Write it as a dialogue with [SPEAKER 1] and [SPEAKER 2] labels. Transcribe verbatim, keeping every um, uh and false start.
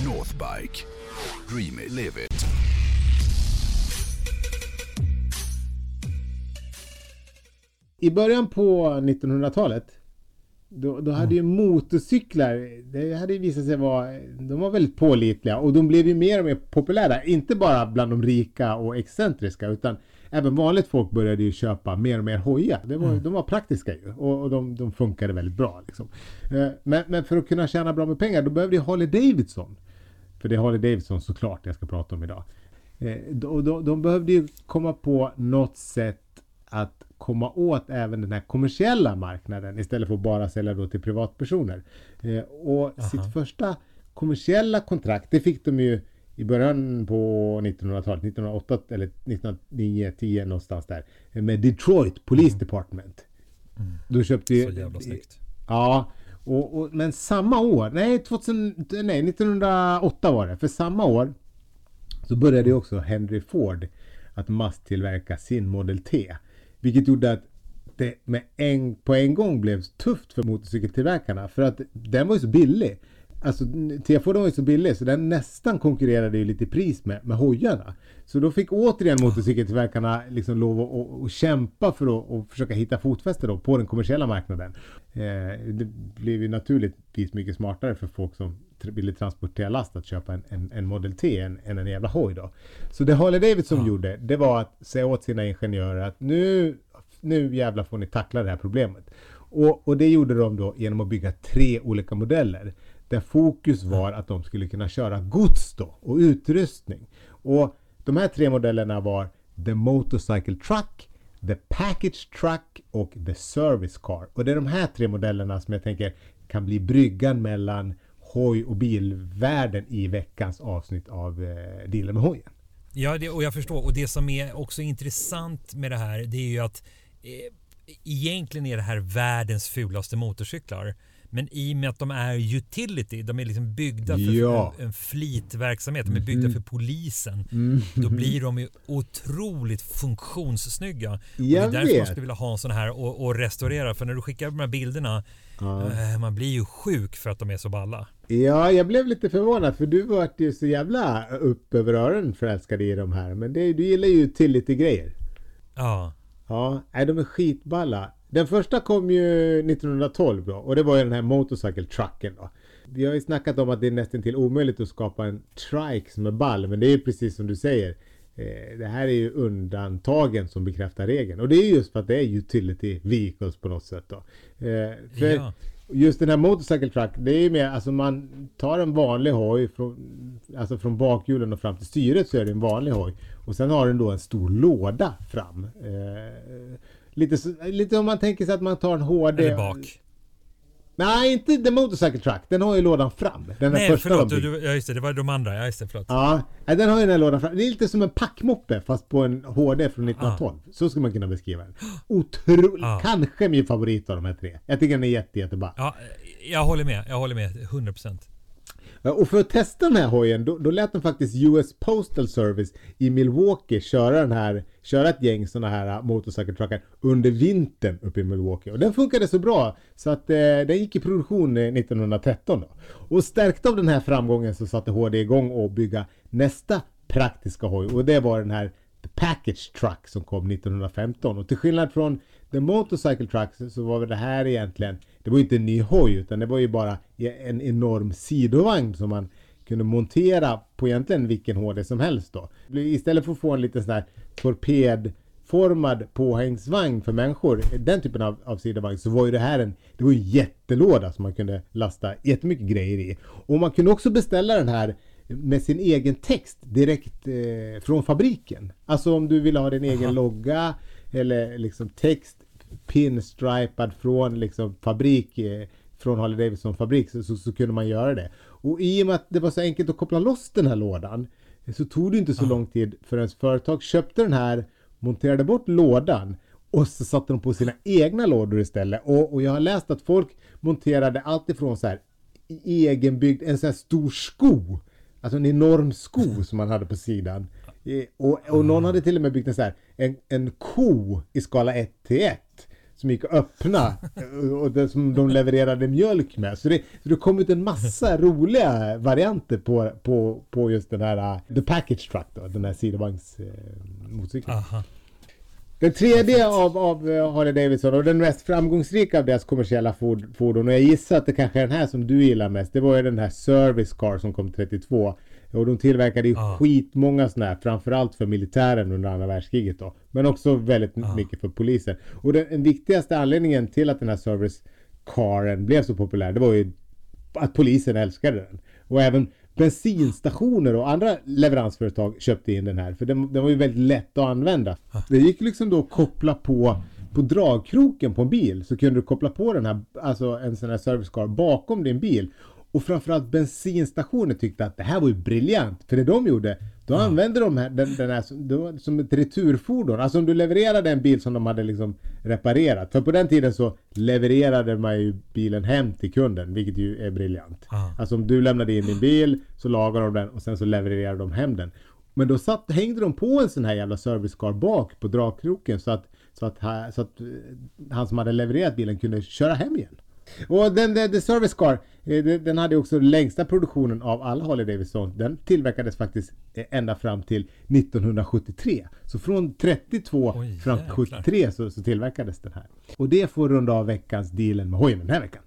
[SPEAKER 1] Northbike. Dream it, live it.
[SPEAKER 2] I början på nittonhundratalet då, då hade ju motorcyklar, det hade ju visat sig vara, de var väldigt pålitliga och de blev ju mer och mer populära, inte bara bland de rika och excentriska utan även vanligt folk började ju köpa mer och mer hojar. Det var, mm. De var praktiska ju och, och de, de funkade väldigt bra liksom. Men, men för att kunna tjäna bra med pengar då behövde ju Harley Davidson, för det är Harley Davidson såklart jag ska prata om idag. De, de, de behövde ju komma på något sätt att komma åt även den här kommersiella marknaden istället för att bara sälja då till privatpersoner. Eh, och Aha. sitt första kommersiella kontrakt, det fick de ju i början på nittonhundratalet, nittonhundraåtta eller nittonhundranio tio någonstans där, med Detroit Police mm. Department.
[SPEAKER 3] Mm.
[SPEAKER 2] Då köpte ju...
[SPEAKER 3] Så jävla snyggt.
[SPEAKER 2] Ja, och, och, men samma år, nej, tvåtusen, nej nittonhundraåtta var det, för samma år så började ju också Henry Ford att masstillverka sin Model T. Vilket gjorde att det med en, på en gång blev tufft för motorcykeltillverkarna. För att den var ju så billig. Alltså T Ford var ju så billig så den nästan konkurrerade ju lite i pris med, med hojarna. Så då fick återigen motorcykeltillverkarna liksom lov att, att, att kämpa för att, att försöka hitta fotfäste då på den kommersiella marknaden. Eh, det blev ju naturligtvis mycket smartare för folk som ville transportera last att köpa en, en, en Model T än, än en jävla hoj då. Så det Harley Davidson ja. gjorde, det var att säga åt sina ingenjörer att nu, nu jävla får ni tackla det här problemet. Och, och det gjorde de då genom att bygga tre olika modeller. Där fokus var att de skulle kunna köra gods då och utrustning. Och de här tre modellerna var The Motorcycle Truck, The Package Truck och The Service Car. Och det är de här tre modellerna som jag tänker kan bli bryggan mellan hoj- och bilvärlden i veckans avsnitt av eh, Dealen med hojen.
[SPEAKER 3] Ja, det, och jag förstår. Och det som är också intressant med det här, det är ju att eh, egentligen är det här världens fulaste motorcyklar. Men i och med att de är utility, de är liksom byggda för
[SPEAKER 2] ja.
[SPEAKER 3] en, en flitverksamhet, de är byggda mm. för polisen,
[SPEAKER 2] mm.
[SPEAKER 3] då blir de ju otroligt funktionssnygga. Och det är därför
[SPEAKER 2] vet.
[SPEAKER 3] man skulle vilja ha en sån här och, och restaurera, för när du skickar de här bilderna, ja. eh, man blir ju sjuk för att de är så balla.
[SPEAKER 2] Ja, jag blev lite förvånad för du var ju så jävla upp över öronen förälskade i de här, men det, du gillar ju utility-grejer.
[SPEAKER 3] Ja.
[SPEAKER 2] Ja, nej, de är skitballa. Den första kom ju nittonhundratolv då, och det var ju den här motorcycle trucken då. Vi har ju snackat om att det är nästan till omöjligt att skapa en trike som är ball, men det är ju precis som du säger. Eh, det här är ju undantagen som bekräftar regeln. Och det är ju just för att det är utility vehicles på något sätt då. Eh, för
[SPEAKER 3] ja.
[SPEAKER 2] just den här motorcycle truck, det är ju mer, alltså man tar en vanlig hoj från, alltså från bakhjulen och fram till styret så är det en vanlig hoj. Och sen har den då en stor låda fram. Eh, Lite, lite om man tänker sig att man tar en H D.
[SPEAKER 3] Eller bak.
[SPEAKER 2] Nej, inte The Motorcycle Truck. Den har ju lådan fram. Den
[SPEAKER 3] Nej,
[SPEAKER 2] första
[SPEAKER 3] förlåt. Du, du, ja, just det. Det var de andra. Ja, just det. Förlåt.
[SPEAKER 2] Ja, den har ju den här lådan fram. Det är lite som en packmoppe fast på en H D från nittonhundratolv. Ah. Så skulle man kunna beskriva den. Otroligt. Ah. Kanske min favorit av de här tre. Jag tycker den är jätte, jättebra.
[SPEAKER 3] Ja, jag håller med. Jag håller med. hundra procent.
[SPEAKER 2] Och för att testa den här hojen då, då lät de faktiskt U S Postal Service i Milwaukee köra den här köra ett gäng såna här motorcykeltruckar under vintern uppe i Milwaukee. Och den funkade så bra så att eh, den gick i produktion nittonhundratretton då. Och stärkt av den här framgången så satte H D igång och bygga nästa praktiska hoj. Och det var den här The Package Truck som kom nittonhundrafemton. Och till skillnad från The Motorcycle Truck så var det här egentligen, det var inte en ny hoj utan det var ju bara en enorm sidovagn som man kunde montera på egentligen vilken H D som helst då. Istället för att få en liten sån här torpedformad påhängsvagn för människor, den typen av, av sidovagn, så var ju det här en, det var ju en jättelåda som man kunde lasta jättemycket grejer i. Och man kunde också beställa den här med sin egen text direkt eh, från fabriken. Alltså om du vill ha din egen Aha. logga eller liksom text pinstripad från liksom fabrik eh, från Harley Davidson fabrik så, så, så kunde man göra det. Och i och med att det var så enkelt att koppla loss den här lådan så tog det inte så Aha. lång tid förrän företag köpte den här, monterade bort lådan och så satte de på sina egna lådor istället. Och, och jag har läst att folk monterade allt ifrån så här egenbyggd, en sån här stor sko. Alltså en enorm sko som man hade på sidan. Och, och någon hade till och med byggt en så här, en, en ko i skala ett till ett. som gick att öppna och det som de levererade mjölk med. Så det, så det kom ut en massa roliga varianter på, på, på just den här uh, The Package Truck då, den här sidovagnsmotorcykeln. Uh, Den tredje av, av Harley Davidson och den mest framgångsrika av deras kommersiella fordon, och jag gissar att det kanske är den här som du gillar mest, det var ju den här Service Car som kom trettiotvå. Och de tillverkade ju ah. skitmånga sådana här, framförallt för militären under andra världskriget då. Men också väldigt ah. mycket för polisen. Och den, den viktigaste anledningen till att den här Service Caren blev så populär, det var ju att polisen älskade den. Och även bensinstationer och andra leveransföretag köpte in den här. För den, den var ju väldigt lätt att använda. Det gick liksom då att koppla på på dragkroken på en bil, så kunde du koppla på den här, alltså en sån här Service Car bakom din bil. Och framförallt bensinstationer tyckte att det här var ju briljant. För det de gjorde, då ja. använde de här, den, den här som, som ett returfordon. Alltså om du levererade en bil som de hade liksom reparerat. För på den tiden så levererade man ju bilen hem till kunden, vilket ju är briljant. Ja. Alltså om du lämnade in din bil så lagade de den och sen så levererade de hem den. Men då satt, hängde de på en sån här jävla Service Car bak på dragkroken så att, så att, så att han som hade levererat bilen kunde köra hem igen. Och den, den, den Service Car, den hade också längsta produktionen av alla Harley Davidson. Den tillverkades faktiskt ända fram till nittonhundrasjuttiotre. Så från trettiotvå Oj, fram till sjuttiotre så, så tillverkades den här. Och det får runda av veckans dealen med hojen den här veckan.